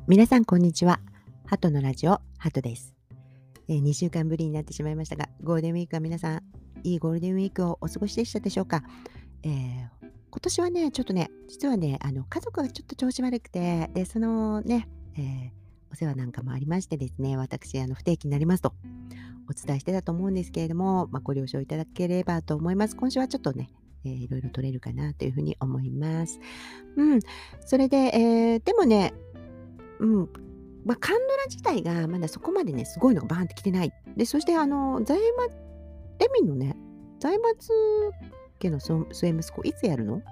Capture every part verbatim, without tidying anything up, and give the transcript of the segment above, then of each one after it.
皆さんこんにちは。ハトのラジオ、ハトです。えー、にしゅうかんぶりになってしまいましたが、ゴールデンウィークは皆さん、いいゴールデンウィークをお過ごしでしたでしょうか？えー今年はね、ちょっとね、実はね、あの、家族がちょっと調子悪くて、で、そのね、えーお世話なんかもありましてですね、私、あの、不定期になりますとお伝えしてたと思うんですけれども、まあ、ご了承いただければと思います。今週はちょっとね、えーいろいろ取れるかなというふうに思います。うん。それで、えーでもね、うん、まあ、カンドラ自体がまだそこまでね、すごいのがバーンって来てない。で、そしてあの、財閥レミのね、財閥家のそ末息子いつやるの？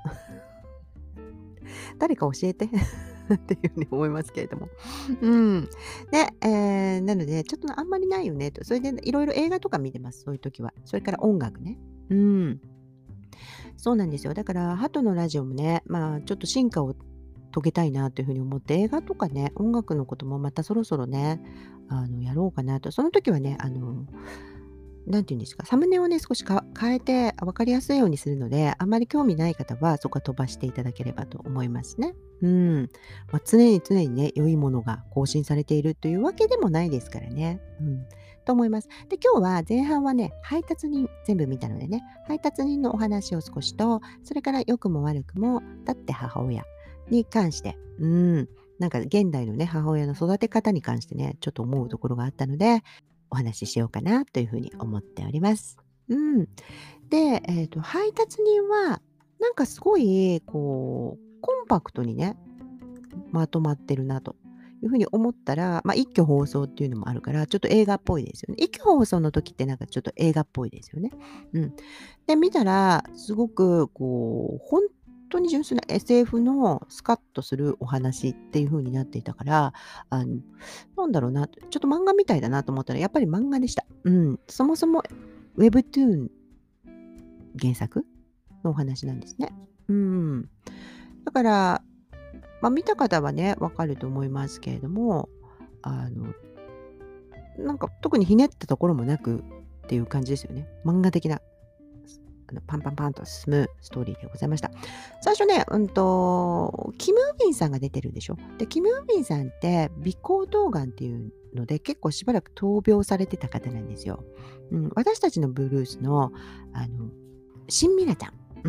誰か教えてっていうふうに思いますけれども。うん。で、えーなので、ちょっとあんまりないよねと。それでいろいろ映画とか見てます、そういう時は。それから音楽ね。うん。そうなんですよ。だから、ハトのラジオもね、まあ、ちょっと進化を遂げたいなというふうに思って、映画とかね、音楽のこともまたそろそろね、あの、やろうかなと。その時はね、あの、なんて言うんですか、サムネをね、少しか変えて分かりやすいようにするので、あまり興味ない方はそこは飛ばしていただければと思いますね。うん。まあ、常に常にね、良いものが更新されているというわけでもないですからね。うん。と思います。で、今日は前半はね、配達人全部見たのでね、配達人のお話を少しと、それから良くも悪くも、だって母親に関して、うん、なんか現代のね、母親の育て方に関してね、ちょっと思うところがあったので、お話ししようかなというふうに思っております。うん。で、えっと、配達人は、なんかすごい、こう、コンパクトにね、まとまってるなというふうに思ったら、まあ、一挙放送っていうのもあるから、ちょっと映画っぽいですよね。一挙放送の時ってなんかちょっと映画っぽいですよね。うん。で、見たら、すごくこう、本当に純粋な エスエフ のスカッとするお話っていう風になっていたから、あの、なんだろうな、ちょっと漫画みたいだなと思ったら、やっぱり漫画でした。うん。そもそも Webtoon 原作のお話なんですね。うん。だから、まあ、見た方はね、わかると思いますけれども、あの、なんか特にひねったところもなくっていう感じですよね。漫画的な、あの、パンパンパンと進むストーリーでございました。最初ね、うんと、キム・ウビンさんが出てるでしょ。で、キム・ウビンさんって鼻孔頭がんっていうので、結構しばらく闘病されてた方なんですよ。うん、私たちのブルースの、あの、シンミラちゃん。うん。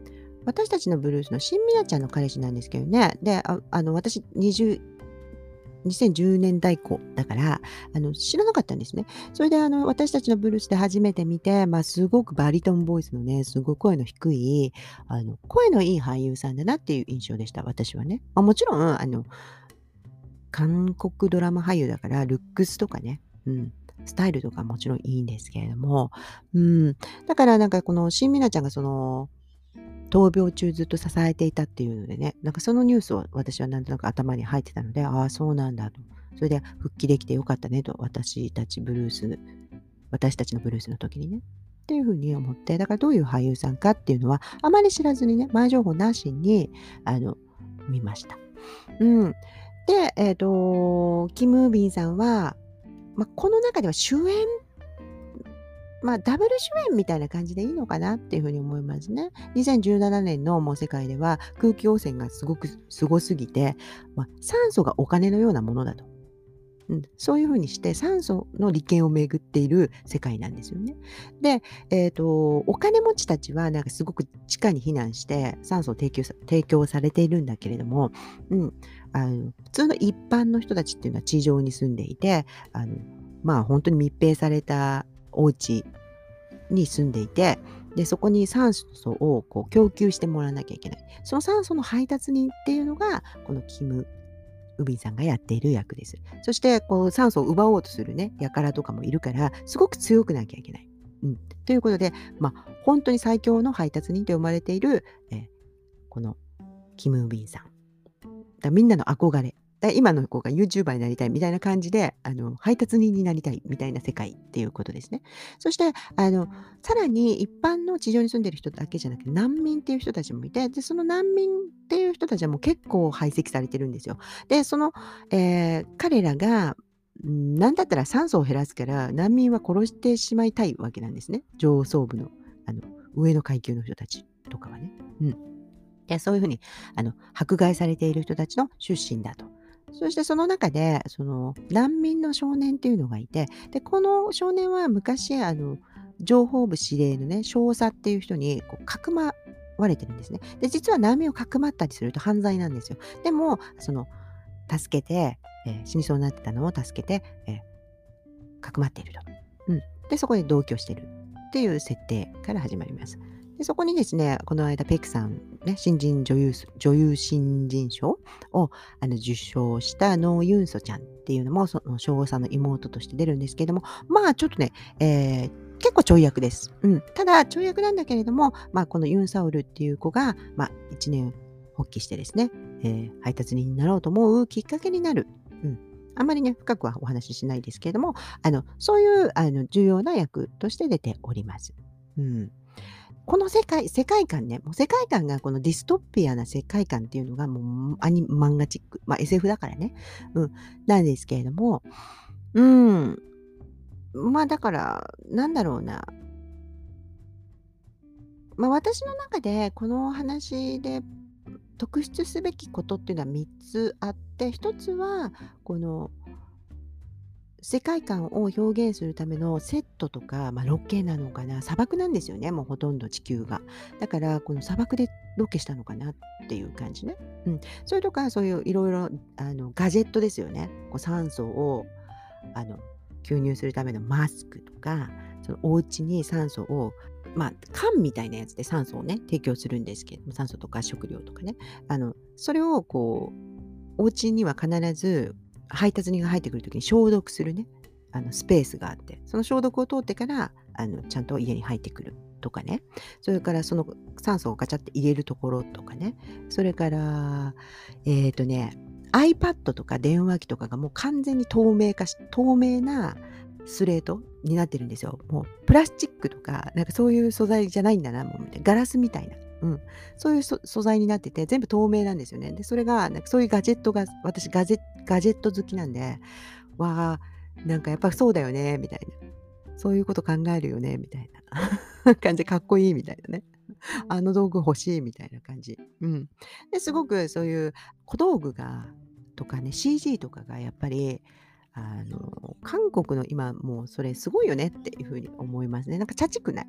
私たちのブルースのシンミラちゃんの彼氏なんですけどね。で、ああの、私にじゅうにせんじゅうねんだい以降だから、あの、知らなかったんですね。それで、あの、私たちのブルースで初めて見て、まあ、すごくバリトンボイスのね、すごい声の低い、あの、声のいい俳優さんだなっていう印象でした、私はね。まあ、もちろん、あの、韓国ドラマ俳優だから、ルックスとかね、うん、スタイルとかもちろんいいんですけれども、うん、だからなんかこのシンミナちゃんがその闘病中ずっと支えていたっていうのでね、なんかそのニュースを私はなんとなく頭に入ってたので、ああ、そうなんだと。それで復帰できてよかったねと、私たちブルース私たちのブルースの時にね。っていう風に思って、だからどういう俳優さんかっていうのは、あまり知らずにね、前情報なしに、あの、見ました。うん。で、えっと、キム・ビンさんは、ま、この中では主演まあ、ダブル主演みたいな感じでいいのかなっていう風に思いますね。にせんじゅうななねんのもう世界では空気汚染がすごくすごすぎて、まあ、酸素がお金のようなものだと。うん、そういう風にして酸素の利権を巡っている世界なんですよね。で、えっと、お金持ちたちはなんかすごく地下に避難して酸素を提供さ提供されているんだけれども、うん、あの、普通の一般の人たちっていうのは地上に住んでいて、あの、まあ、ほんとに密閉されたお家に住んでいて、で、そこに酸素をこう供給してもらわなきゃいけない。その酸素の配達人っていうのが、このキム・ウビンさんがやっている役です。そして、こう酸素を奪おうとするね、輩とかもいるから、すごく強くなきゃいけない。うん。ということで、まあ、ほんとに最強の配達人と呼ばれている、え、このキム・ウビンさん。だみんなの憧れ。だ今の子がユーチューバーになりたいみたいな感じで、あの、配達人になりたいみたいな世界っていうことですね。そして、あの、さらに一般の地上に住んでる人だけじゃなくて、難民っていう人たちもいて、で、その難民っていう人たちはもう結構排斥されてるんですよ。で、その、えー彼らが、うん、なんだったら酸素を減らすから、難民は殺してしまいたいわけなんですね。上層部の、あの、上の階級の人たちとかはね。うん。で、そういう風に、あの、迫害されている人たちの出身だと。 そしてその中で、その難民の少年っていうのがいて、で、この少年は昔、あの、情報部司令のね、少佐っていう人にこうかくまわれてるんですね。で、実は難民をかくまったりすると犯罪なんですよ。でも、その、助けて、えー死にそうになってたのを助けて、えーかくまっていると。うん。で、そこで同居してるっていう設定から始まります。で、そこにですね、この間ペクさん、ね、新人女優す女優新人賞をあの受賞したノーユンソちゃんっていうのも、その少佐の妹として出るんですけれども、まあちょっとね、えー結構ちょい役です。うん。ただ、ちょい役なんだけれども、まあこのユンサオルっていう子が、まあ一年発起してですね、えー配達人になろうと思うきっかけになる。うん。あんまりね、深くはお話ししないですけれども、あの、そういうあの重要な役として出ております。うん。この世界世界観ね、もう世界観がこのディストピアな世界観っていうのがもうアニ漫画チック、まあ、エスエフ だからね、うん、なんですけれども、うん、まあ、だから、なんだろうな、まあ、私の中でこの話で特筆すべきことっていうのはみっつあって、ひとつはこの世界観を表現するためのセットとか、まあ、ロケなのかな、砂漠なんですよね、もうほとんど地球が。だから、この砂漠でロケしたのかなっていう感じね。うん。それとか、そういういろいろあのガジェットですよね。こう酸素をあの吸入するためのマスクとか、そのお家に酸素を、まあ、缶みたいなやつで酸素をね、提供するんですけども、酸素とか食料とかね。あの、それをこう、お家には必ず配達人が入ってくるときに消毒するね、あのスペースがあって、その消毒を通ってから、あのちゃんと家に入ってくるとかね、それからその酸素をガチャって入れるところとかね、それから、えっとね、iPad とか電話機とかがもう完全に透明化し透明なスレートになってるんですよ。もうプラスチックとか、なんかそういう素材じゃないんだな、もうみたいなガラスみたいな。うん。そういうそ素材になってて、全部透明なんですよね。で、それが、なんかそういうガジェットが、私ガジェガジェット好きなんで、わあ、なんかやっぱそうだよね、みたいな。そういうこと考えるよね、みたいな感じでかっこいいみたいなね。あの道具欲しいみたいな感じ。うん。で、すごくそういう小道具がとかね、シージー とかがやっぱり、あの、韓国の今もうそれすごいよねっていう風に思いますね。なんかチャチくない。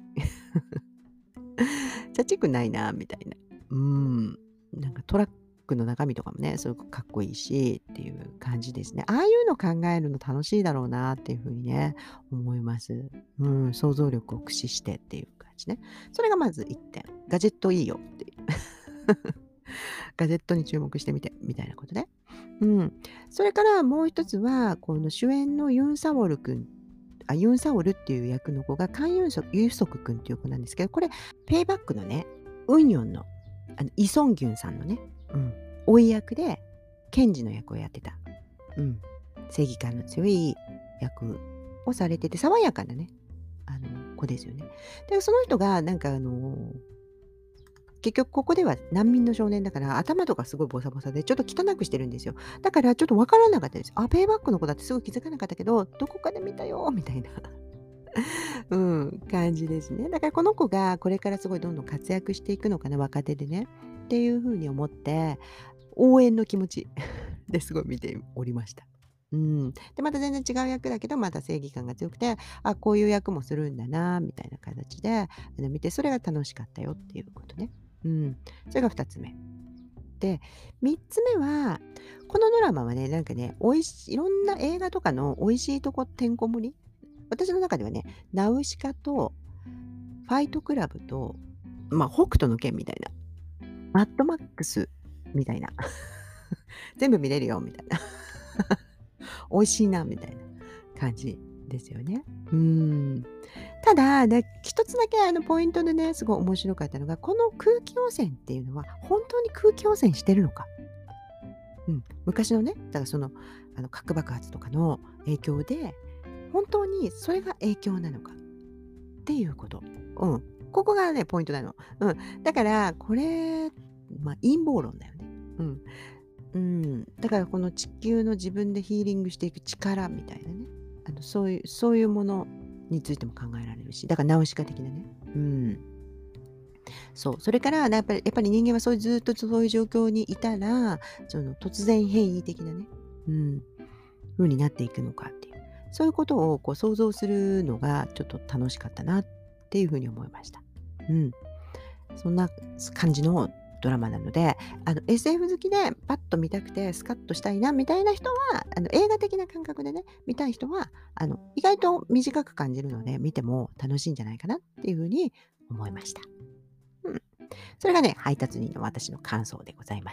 チャチくないなみたいな。うーん。なんかトラックの中身とかもね、すごくかっこいいしっていう感じですね。ああいうの考えるの楽しいだろうなっていう風にね、思います。うん、想像力を駆使してっていう感じね。それがまずいってん。ガジェットいいよっていう。ガジェットに注目してみて、みたいなことね。うん。それからもう一つは、この主演のユン・サウォル君、あ、ユン・サウォルっていう役の子がカン・ユンソユソク君っていう子なんですけど、これ、ペイバックのね、ウンヨンの、あの、イ・ソンギュンさんのね、うん、甥い役で、検事の役をやってた。うん。正義感の強い役をされてて、爽やかなね、あの、子ですよね。で、その人が、なんかあの結局ここでは難民の少年だから、頭とかすごいボサボサで、ちょっと汚くしてるんですよ。だからちょっとわからなかったです。あ、ペイバックの子だってすぐ気づかなかったけど、どこかで見たよみたいな、うん、感じですね。だからこの子がこれからすごいどんどん活躍していくのかな、若手でね。っていう風に思って、応援の気持ちですごい見ておりました。うん。で、また全然違う役だけど、また正義感が強くて、あ、こういう役もするんだな、みたいな形で、あの、見て、それが楽しかったよっていうことね。うん。それがふたつめ。で、みっつめは、このドラマはね、なんかね、美味しいいろんな映画とかの美味しいとこてんこ盛り。私の中ではね、ナウシカとファイトクラブと、まあ、北斗の拳みたいな、マッドマックスみたいな、全部見れるよみたいな。美味しいなみたいな感じですよね。うーん。ただ、ね、一つだけあのポイントでね、すごい面白かったのが、この空気汚染っていうのは本当に空気汚染してるのか。うん。昔のね、だからその、あの核爆発とかの影響で、本当にそれが影響なのかっていうこと。うん。ここがね、ポイントなの。うん。だから、これ、まあ、陰謀論だよね。うん。うん。だからこの地球の自分でヒーリングしていく力みたいなね。あの、そういうそういうものについても考えられるし、だからナウシカ的なね。うん。そう。それから、なやっぱりやっぱり人間はそういうずっとそういう状況にいたら、その突然変異的なね。 うん、風になっていくのかっていう、そういうことをこう想像するのがちょっと楽しかったなっていうふうに思いました。うん。そんな感じのドラマなので、あの エスエフ 好きでパッと見たくてスカッとしたいなみたいな人は、あの映画的な感覚でね、見たい人は、あの意外と短く感じるので、見ても楽しいんじゃないかなっていうふうに思いました。うん。それがね、配達人の私の感想でございます。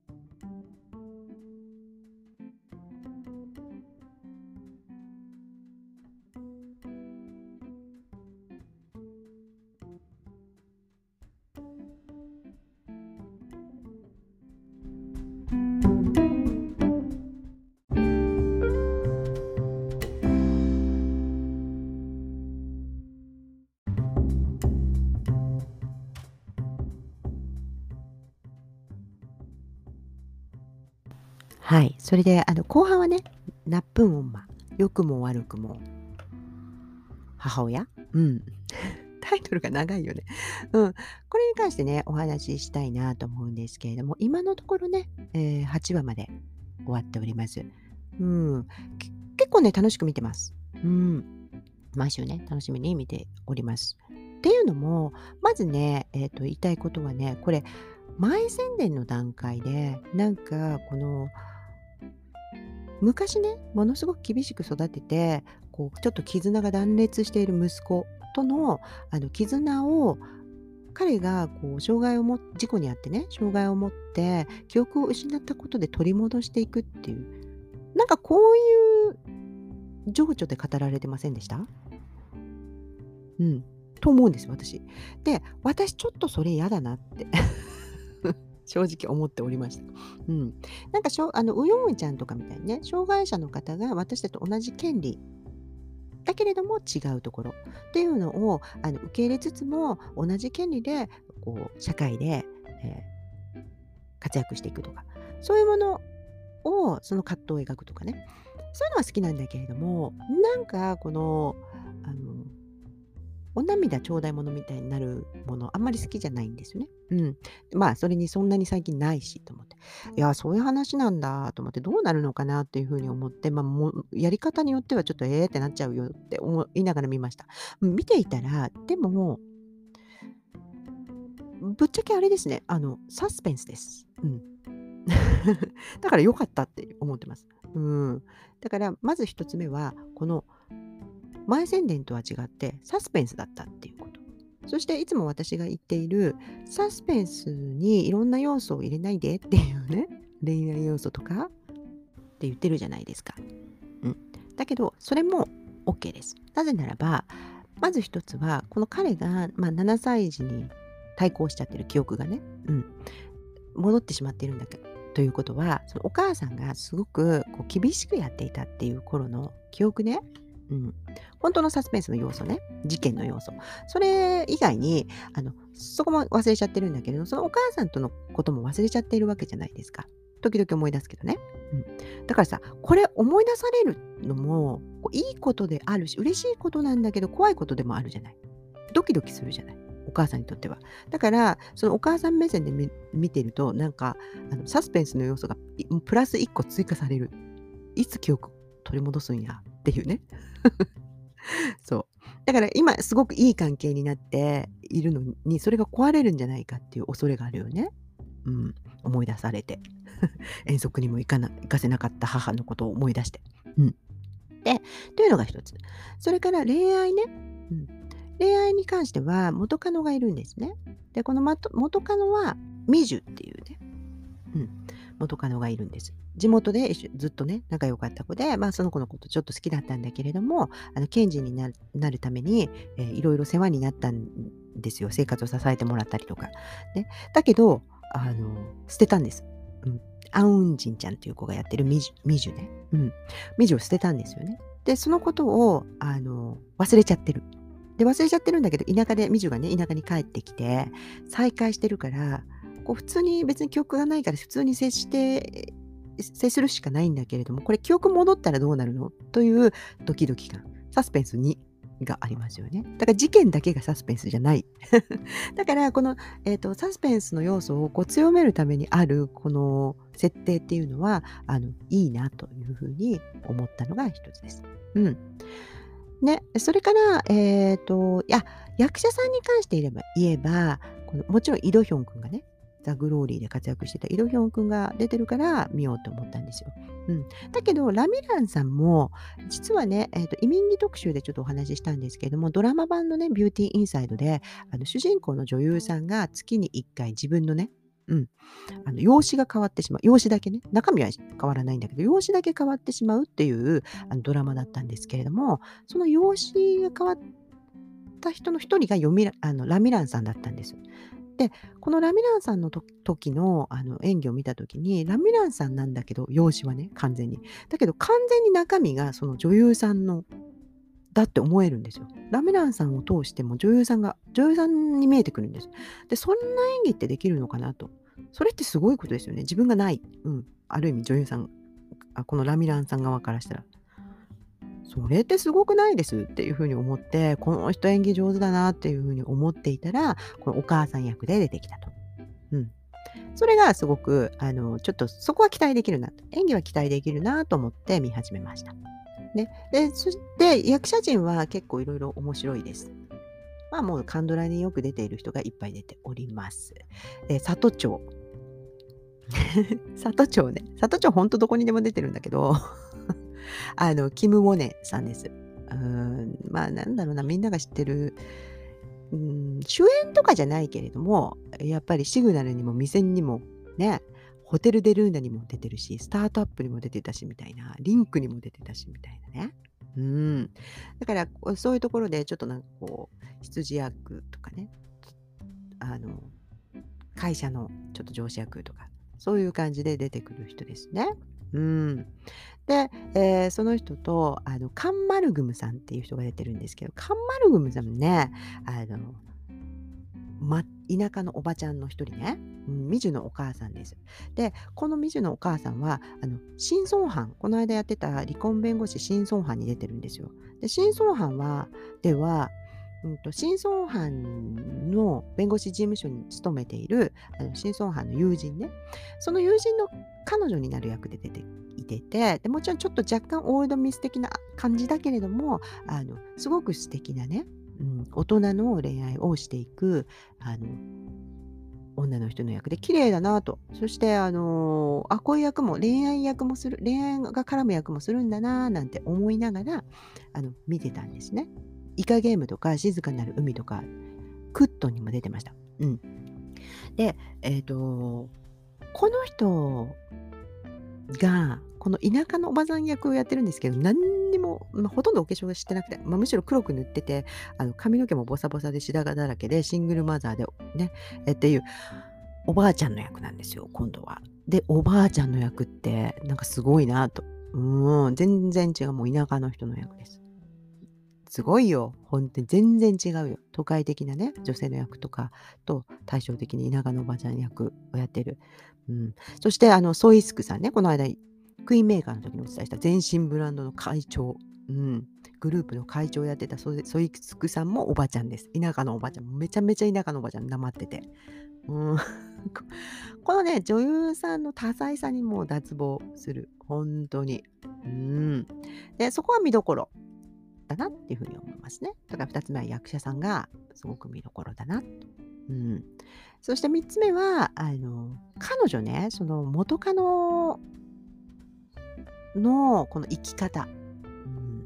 はい。それで、あの後半はね、ナップンオンマ、良くも悪くも母親？うん。タイトルが長いよね。うん。これに関してね、お話ししたいなと思うんですけれども、今のところね、えーはちわまで終わっております。うん。け結構ね、楽しく見てます。うん。毎週ね、楽しみに見ております。っていうのも、まずね、えっと、言いたいことはね、これ、前宣伝の段階で、なんかこの昔ね、ものすごく厳しく育てて、こうちょっと絆が断裂している息子との、あの絆を、彼がこう障害をも事故に遭ってね、障害を持って記憶を失ったことで取り戻していくっていう、なんかこういう情緒で語られてませんでした？うん。と思うんですよ、私。で、私ちょっとそれ嫌だなって正直思っておりました。うん。なんかしょあの、ウヨンウちゃんとかみたいにね、障害者の方が私たちと同じ権利だけれども違うところっていうのをあの受け入れつつも、同じ権利でこう社会で、えー活躍していくとか、そういうものをその葛藤を描くとかね、そういうのは好きなんだけれども、なんかこの、あのお涙頂戴ものみたいになるもの、あんまり好きじゃないんですよね。うん。まあ、それにそんなに最近ないしと思って。いや、そういう話なんだと思って、どうなるのかなっていう風に思って、まあ、もうやり方によってはちょっと、ええってなっちゃうよって思いながら見ました。うん、見ていたら、でも、ぶっちゃけあれですね、あの、サスペンスです。うん。だから良かったって思ってます。うん。だから、まず一つ目は、この前宣伝とは違ってサスペンスだったっていうこと。そしていつも私が言っているサスペンスにいろんな要素を入れないでっていうね、恋愛要素とかって言ってるじゃないですか。うん。だけど、それも OK です。なぜならば、まず一つは、この彼が、まあ、ななさい児に対抗しちゃってる記憶がね、うん、戻ってしまっているんだけど、ということは、そのお母さんがすごくこう厳しくやっていたっていう頃の記憶ね、うん、本当のサスペンスの要素ね、事件の要素。それ以外に、あの、そこも忘れちゃってるんだけれど、そのお母さんとのことも忘れちゃっているわけじゃないですか。時々思い出すけどね。うん。だからさ、これ思い出されるのも、こういいことであるし、嬉しいことなんだけど、怖いことでもあるじゃない。ドキドキするじゃない。お母さんにとっては。だから、そのお母さん目線でみ見てると、なんか、あの、サスペンスの要素がいプラスいっこ追加される。いつ記憶取り戻すんやっていうね。そう。だから今すごくいい関係になっているのに、それが壊れるんじゃないかっていう恐れがあるよね。うん。思い出されて。遠足にも行かな行かせなかった母のことを思い出して。うん。で、というのが一つ。それから恋愛ね。うん。恋愛に関しては元カノがいるんですね。で、このまと元カノはミジュっていうね、うん、元カノがいるんです。地元で一緒ずっとね、仲良かった子で、まあ、その子のことちょっと好きだったんだけれども、あの、検事になるなるために、えーいろいろ世話になったんですよ。生活を支えてもらったりとか。ね。だけど、あの、捨てたんです。うん。アウンジンちゃんっていう子がやってるミジュミジュね。うん。ミジュを捨てたんですよね。で、そのことを、あの、忘れちゃってる。で、忘れちゃってるんだけど、田舎でミジュがね、田舎に帰ってきて、再会してるから、こう普通に別に記憶がないから普通に接して接するしかないんだけれども、これ記憶戻ったらどうなるのというドキドキ感。サスペンスに。 がありますよね。だから事件だけがサスペンスじゃない。だからこの、えっと、サスペンスの要素をこう強めるためにあるこの設定っていうのは、あの、いいなというふうに思ったのが一つです。うん。ね、それから、えっと、いや、役者さんに関して言えば言えば、このもちろんイ・ドヒョン君がね、ザ・グローリーで活躍してたイ・ドヒョン君が出てるから見ようと思ったんですよ。うん。だけど、ラミランさんも、実はね、えっと、移民着特集でちょっとお話ししたんですけれども、ドラマ版のね、ビューティーインサイドで、あの、主人公の女優さんが月にいっかい自分のね、うん、あの、容姿が変わってしまう。容姿だけね、中身は変わらないんだけど、容姿だけ変わってしまうっていう、あの、ドラマだったんですけれども、その容姿が変わった人の一人がヨミラあの、ラミランさんだったんです。で、このラミランさんのと時の、あの、演技を見た時に、ラミランさんなんだけど、容姿はね、完全に。だけど完全に中身がその女優さんのだって思えるんですよ。ラミランさんを通しても女優さんが女優さんに見えてくるんです。で、そんな演技ってできるのかなと。それってすごいことですよね。自分がない。うん。ある意味女優さん、あ、このラミランさん側からしたら。それってすごくないですっていう風に思って、この人演技上手だなっていう風に思っていたら、このお母さん役で出てきたと。うん。それがすごく、あの、ちょっとそこは期待できるなと。演技は期待できるなと思って見始めました。ね。で、そして役者陣は結構いろいろ面白いです。まあもうカンドラによく出ている人がいっぱい出ております。で、里町。里町ね。里町ほんとどこにでも出てるんだけど、あの、キム・ウォネさんです。うーん、まあなんだろうな、みんなが知ってる、うーん、主演とかじゃないけれども、やっぱりシグナルにも未然にも、ね、ホテル・デ・ルーナにも出てるし、スタートアップにも出てたしみたいな、リンクにも出てたしみたいなね。うん。だから、こうそういうところでちょっとなんかこう、羊役とかね、あの、会社のちょっと上司役とか、そういう感じで出てくる人ですね。うん。で、えーその人と、あの、カンマルグムさんっていう人が出てるんですけど、カンマルグムさんね、あの、ま、田舎のおばちゃんの一人ね、うん、ミジュのお母さんです。で、このミジュのお母さんは、あの、新尊藩、この間やってた離婚弁護士新尊藩に出てるんですよ。で、新尊藩は、では、うんと、新尊藩の弁護士事務所に勤めている、あの、新尊藩の友人ね。その友人の彼女になる役で出ていてて、で、もちろんちょっと若干オールドミス的な感じだけれども、あの、すごく素敵なね、うん、大人の恋愛をしていく、あの、女の人の役で綺麗だなと。そして、あの、あ、こういう役も、恋愛役もする、恋愛が絡む役もするんだな、なんて思いながら、あの、見てたんですね。イカゲームとか、静かなる海とか、クットンにも出てました。うん。で、えっと、この人が、この田舎のおばさん役をやってるんですけど、何にも、まあ、ほとんどお化粧してなくて、まあ、むしろ黒く塗ってて、あの、髪の毛もボサボサで白髪だらけで、シングルマザーでね、えっていうおばあちゃんの役なんですよ、今度は。で、おばあちゃんの役って、なんかすごいなと。うーん、全然違う、もう田舎の人の役です。すごいよ。ほんとに全然違うよ。都会的なね、女性の役とかと対照的に田舎のおばちゃん役をやってる。うん。そしてあの、ソイスクさんね、この間、クイーンメーカーの時にお伝えした全身ブランドの会長。うん。グループの会長をやってたソイソイスクさんもおばちゃんです。田舎のおばちゃん。めちゃめちゃ田舎のおばちゃん、なまってて。うん。ここのね、女優さんの多彩さにもう脱帽する。ほんとに。うん。で、そこは見どころ。だなっていうふうに思いますね。だからふたつめは役者さんがすごく見どころだなと。うん。そしてみっつめは、あの、彼女ね、その元カノのこの生き方、うん、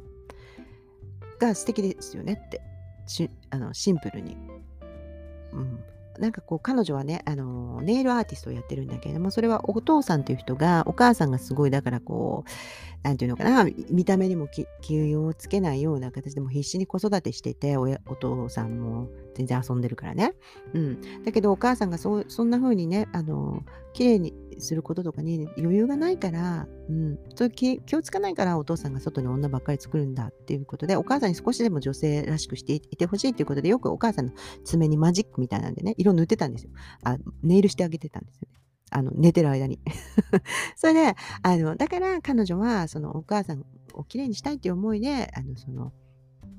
が素敵ですよねって。しあのシンプルに。うん。なんかこう彼女はね、あの、ネイルアーティストをやってるんだけれども、それはお父さんという人が、お母さんがすごいだからこう、なんていうのかな、見た目にもき気をつけないような形でも必死に子育てしてて、おやお父さんも全然遊んでるからね。うん。だけどお母さんがそうそんな風にね、あの、綺麗にすることとかに余裕がないから、うん、そういう気気をつかないからお父さんが外に女ばっかり作るんだっていうことで、お母さんに少しでも女性らしくしていてほしいっていうことで、よくお母さんの爪にマジックみたいなんでね、色塗ってたんですよ。あ、ネイルしてあげてたんですよね。あの、寝てる間に。それで、あの、だから彼女はそのお母さんを綺麗にしたいっていう思いで、あの、その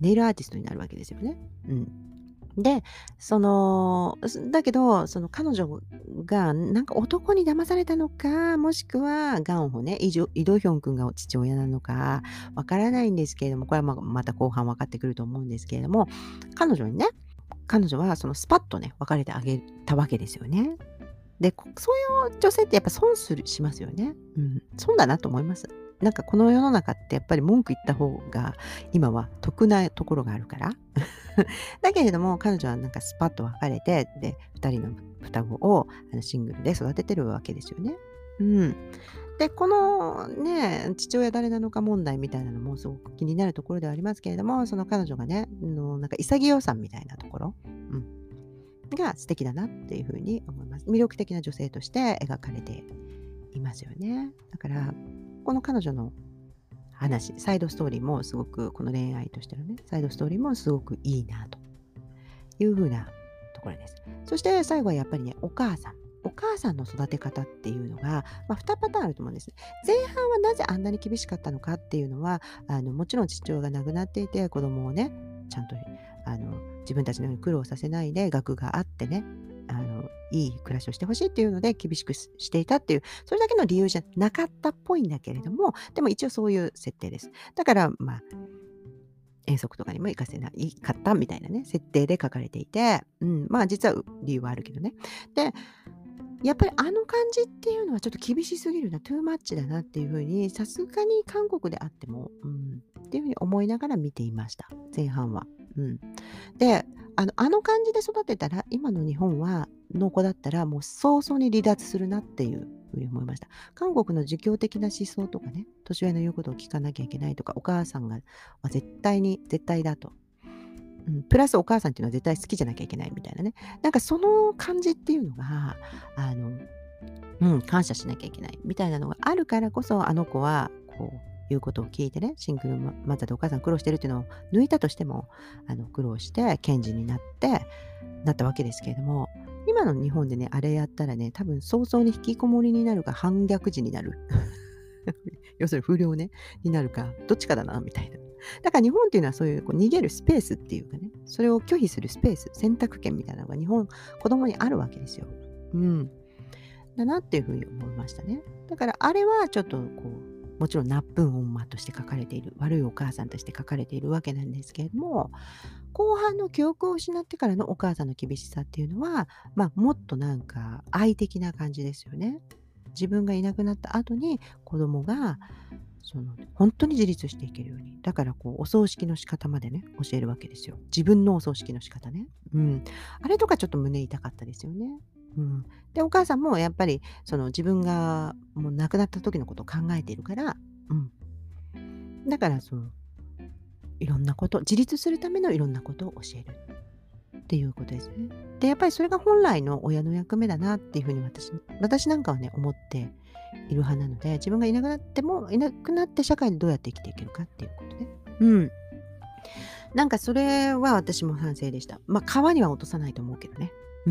ネイルアーティストになるわけですよね。うん。で、その、すだけど、その彼女がなんか男に騙されたのか、もしくはガンホね、イジョイ・ドヒョン君が父親なのか、わからないんですけれども、これはままた後半分かってくると思うんですけれども、彼女にね、彼女はそのスパッとね、別れてあげたわけですよね。で、こそういう女性ってやっぱ損するしますよね。うん。損だなと思います。なんかこの世の中ってやっぱり文句言った方が今は得なところがあるから。だけれども、彼女はなんかスパッと別れて、で、ふたりの双子をあのシングルで育ててるわけですよね。うん。で、このね、父親誰なのか問題みたいなのもすごく気になるところではありますけれども、その彼女がね、あのなんか潔さみたいなところ、うん、が素敵だなっていうふうに思います。魅力的な女性として描かれていますよね。だから、この彼女の話、サイドストーリーもすごく、この恋愛としてのね、サイドストーリーもすごくいいなという風なところです。そして最後はやっぱりね、お母さん。お母さんの育て方っていうのが、まあ、にパターンあると思うんですね。前半はなぜあんなに厳しかったのかっていうのは、あのもちろん父親が亡くなっていて、子供をね、ちゃんとあの自分たちのように苦労させないで、学があってね、あのいい暮らしをしてほしいっていうので厳しくししていたっていう、それだけの理由じゃなかったっぽいんだけれども、でも一応そういう設定です。だから、まあ、遠足とかにも行かせないかったみたいなね、設定で書かれていて、うん、まあ実は理由はあるけどね。で、やっぱりあの感じっていうのはちょっと厳しすぎるな、トゥーマッチだなっていう風に、さすがに韓国であっても、うん、っていう風に思いながら見ていました。前半は。うん。で、あのあの感じで育てたら、今の日本はの子だったら、もう早々に離脱するなっていう風に思いました。韓国の儒教的な思想とかね、年上の言うことを聞かなきゃいけないとか、お母さんがは絶対に絶対だと。うん、プラスお母さんっていうのは絶対好きじゃなきゃいけないみたいなね。なんかその感じっていうのが、あの、うん、感謝しなきゃいけないみたいなのがあるからこそ、あの子はこう言うことを聞いてね、シングルママザーでお母さん苦労してるっていうのを抜いたとしても、あの苦労して検事になってなったわけですけれども、今の日本でね、あれやったらね、多分早々に引きこもりになるか反逆児になる。要するに不良ね、になるか、どっちかだなみたいな。だから日本っていうのはそういうこう逃げるスペースっていうかね、それを拒否するスペース、選択権みたいなのが日本、子供にあるわけですよ。うん。だなっていうふうに思いましたね。だからあれはちょっとこう、もちろんナップン女として書かれている、悪いお母さんとして書かれているわけなんですけれども、後半の記憶を失ってからのお母さんの厳しさっていうのは、まあもっとなんか愛的な感じですよね。自分がいなくなった後に子供がその本当に自立していけるように。だからこうお葬式の仕方までね、教えるわけですよ。自分のお葬式の仕方ね。うん。あれとかちょっと胸痛かったですよね。うん。で、お母さんもやっぱりその自分がもう亡くなった時のことを考えているから、うん。だからそのいろんなこと、自立するためのいろんなことを教えるっていうことですね。で、やっぱりそれが本来の親の役目だなっていうふうに私私なんかはね、思っている派なので、自分がいなくなっても、いなくなって社会でどうやって生きていけるかっていうことね。うん。なんかそれは私も賛成でした。まあ、川には落とさないと思うけどね。うん。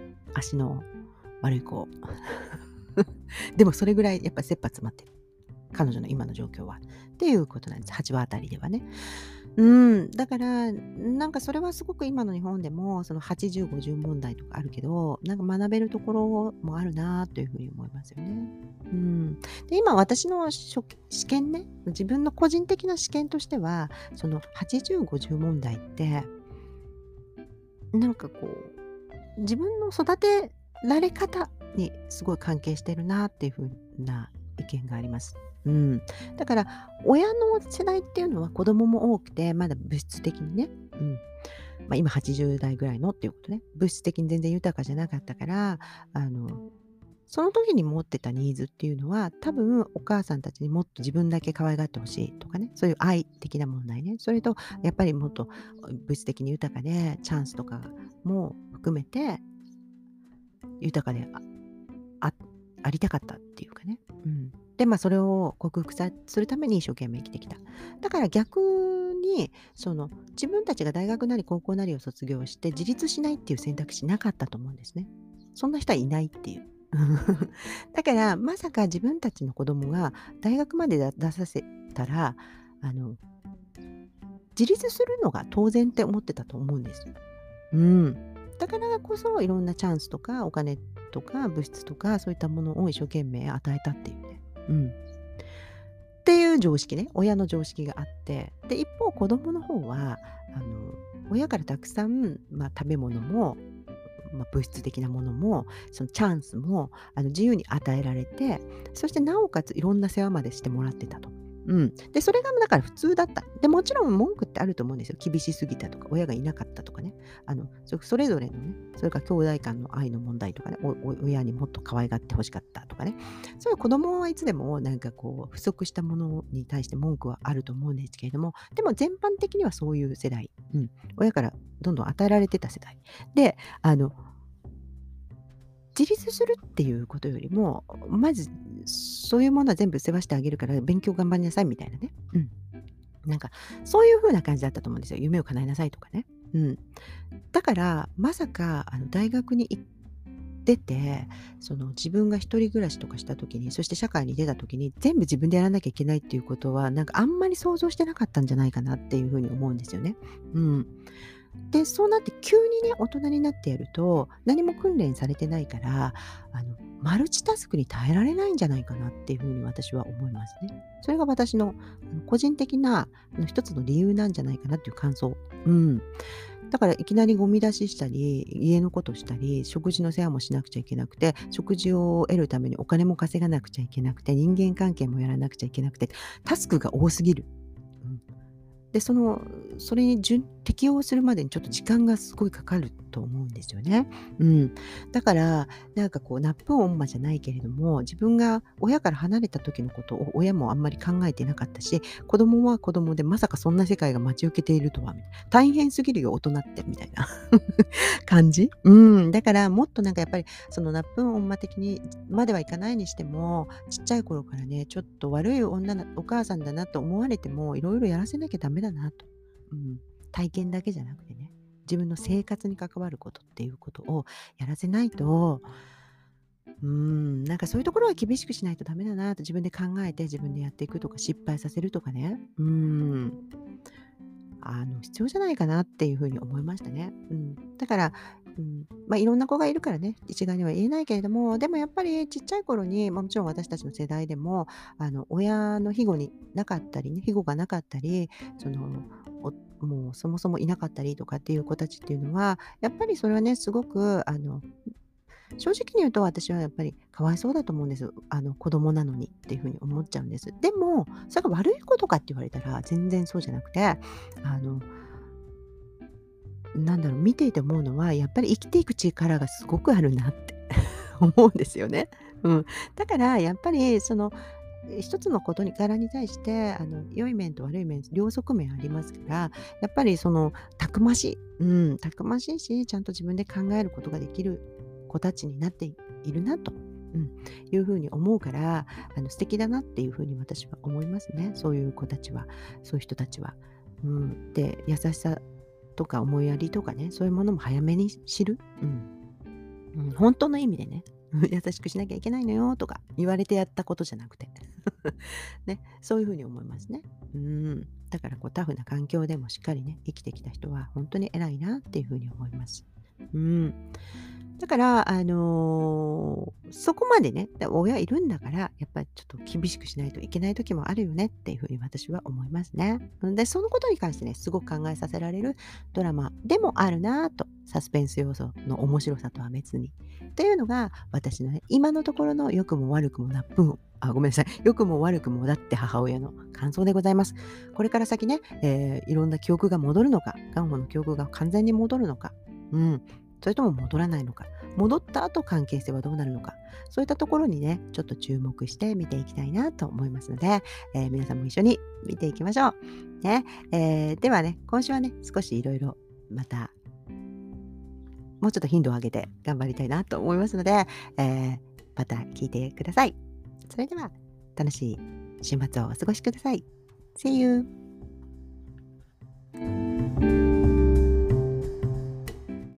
足の悪い子。でもそれぐらいやっぱ切羽詰まってる。彼女の今の状況は。っていうことなんです。はちわあたりではね。うん、だから、なんかそれはすごく今の日本でも、そのはちじゅう、ごじゅう問題とかあるけど、なんか学べるところもあるなというふうに思いますよね。うん。で、今私のしょ試験ね、自分の個人的な試験としては、そのはちじゅう、ごじゅう問題って、なんかこう、自分の育てられ方にすごい関係してるなっていうふうな意見があります。うん。だから、親の世代っていうのは子供も多くて、まだ物質的にね、うん。まあ、今はちじゅう代ぐらいのっていうことね。物質的に全然豊かじゃなかったから、あの、その時に持ってたニーズっていうのは、多分お母さんたちにもっと自分だけ可愛がってほしいとかね、そういう愛的な問題ね。それと、やっぱりもっと物質的に豊かで、チャンスとかも含めて、豊かでああありたかったっていうかね。うん。で、まあ、それを克服さするために一生懸命生きてきた。だから逆に、その、自分たちが大学なり高校なりを卒業して自立しないっていう選択肢なかったと思うんですね。そんな人はいないっていう。だから、まさか自分たちの子供が大学までだ出させたら、あの自立するのが当然って思ってたと思うんです。うん。だからこそ、いろんなチャンスとかお金とか物質とか、そういったものを一生懸命与えたっていうね。うん。っていう常識ね、親の常識があって、で、一方子供の方は、あの、親からたくさん、まあ、食べ物も、まあ、物質的なものも、そのチャンスも、あの、自由に与えられて、そしてなおかついろんな世話までしてもらってたと。うん。で、それがだから普通だった。で、もちろん文句ってあると思うんですよ。厳しすぎたとか、親がいなかったとかね。あの、そそれぞれのね、それから兄弟間の愛の問題とかね、おお親にもっと可愛がって欲しかったとかね。そういう子供はいつでもなんかこう不足したものに対して文句はあると思うんですけれども、でも全般的にはそういう世代、うん、親からどんどん与えられてた世代。で、あの、自立するっていうことよりも、まずそういうものは全部世話してあげるから勉強頑張りなさいみたいなね。うん。なんかそういう風な感じだったと思うんですよ。夢を叶えなさいとかね。うん。だから、まさかあの大学に行ってて、その自分が一人暮らしとかした時に、そして社会に出た時に、全部自分でやらなきゃいけないっていうことは、なんかあんまり想像してなかったんじゃないかなっていう風に思うんですよね。うん。で、そうなって急にね、大人になってやると、何も訓練されてないから、あの、マルチタスクに耐えられないんじゃないかなっていう風に私は思いますね。それが私のあの個人的なあの一つの理由なんじゃないかなっていう感想。うん。だからいきなりゴミ出ししたり、家のことしたり、食事の世話もしなくちゃいけなくて、食事を得るためにお金も稼がなくちゃいけなくて、人間関係もやらなくちゃいけなくて、タスクが多すぎる。うん。で、その、それに順適応するまでにちょっと時間がすごいかかると思うんですよね。うん。だから、なんかこう、ナップオンマじゃないけれども、自分が親から離れた時のことを親もあんまり考えてなかったし、子供は子供でまさかそんな世界が待ち受けているとは、みたいな大変すぎるよ、大人って、みたいな感じ。うん。だから、もっとなんかやっぱり、そのナップオンマ的にまではいかないにしても、ちっちゃい頃からね、ちょっと悪い女なお母さんだなと思われても、いろいろやらせなきゃダメだなと。うん。体験だけじゃなくてね、自分の生活に関わることっていうことをやらせないと、うーん、なんかそういうところは厳しくしないとダメだなと自分で考えて自分でやっていくとか失敗させるとかね。うーん。あの、必要じゃないかなっていうふうに思いましたね。うん。だから、うん、まあ、いろんな子がいるからね、一概には言えないけれども、でもやっぱりちっちゃい頃に、まあ、もちろん私たちの世代でも、あの、親の庇護になかったりね、庇護がなかったり、その、おもうそもそもいなかったりとかっていう子たちっていうのは、やっぱりそれはね、すごく、あの、正直に言うと私はやっぱりかわいそうだと思うんです。あの子供なのにっていうふうに思っちゃうんです。でも、それが悪いことかって言われたら全然そうじゃなくて、あの、なんだろう、見ていて思うのは、やっぱり生きていく力がすごくあるなって思うんですよね。うん。だからやっぱりその、え一つのことにからに対して、あの、良い面と悪い面、両側面ありますから、やっぱりその、たくましい、うん、たくましいし、ちゃんと自分で考えることができる子たちになっていいるなと、うん、いうふうに思うから、あの、素敵だなっていうふうに私は思いますね。そういう子たちは、そういう人たちは。うん。で、優しさとか思いやりとかね、そういうものも早めに知る。うん。うん、本当の意味でね、優しくしなきゃいけないのよとか言われてやったことじゃなくて。ね、そういう風に思いますね。うん。だからこうタフな環境でもしっかりね、生きてきた人は本当に偉いなっていう風に思います。うん。だから、あの、そこまでね、だ親いるんだから、やっぱりちょっと厳しくしないといけない時もあるよねっていうふうに私は思いますね。うんで、そのことに関してね、すごく考えさせられるドラマでもあるなぁと、サスペンス要素の面白さとは別に。というのが、私のね、今のところの良くも悪くもなっぷんあ、ごめんなさい。良くも悪くもだって母親の感想でございます。これから先ね、えーいろんな記憶が戻るのか、ガンホの記憶が完全に戻るのか、うん、それとも戻らないのか、戻った後関係性はどうなるのか、そういったところにね、ちょっと注目して見ていきたいなと思いますので、えー皆さんも一緒に見ていきましょう。ね、えーではね、今週はね、少しいろいろまた、もうちょっと頻度を上げて頑張りたいなと思いますので、えーまた聞いてください。それでは、楽しい週末をお過ごしください。See you!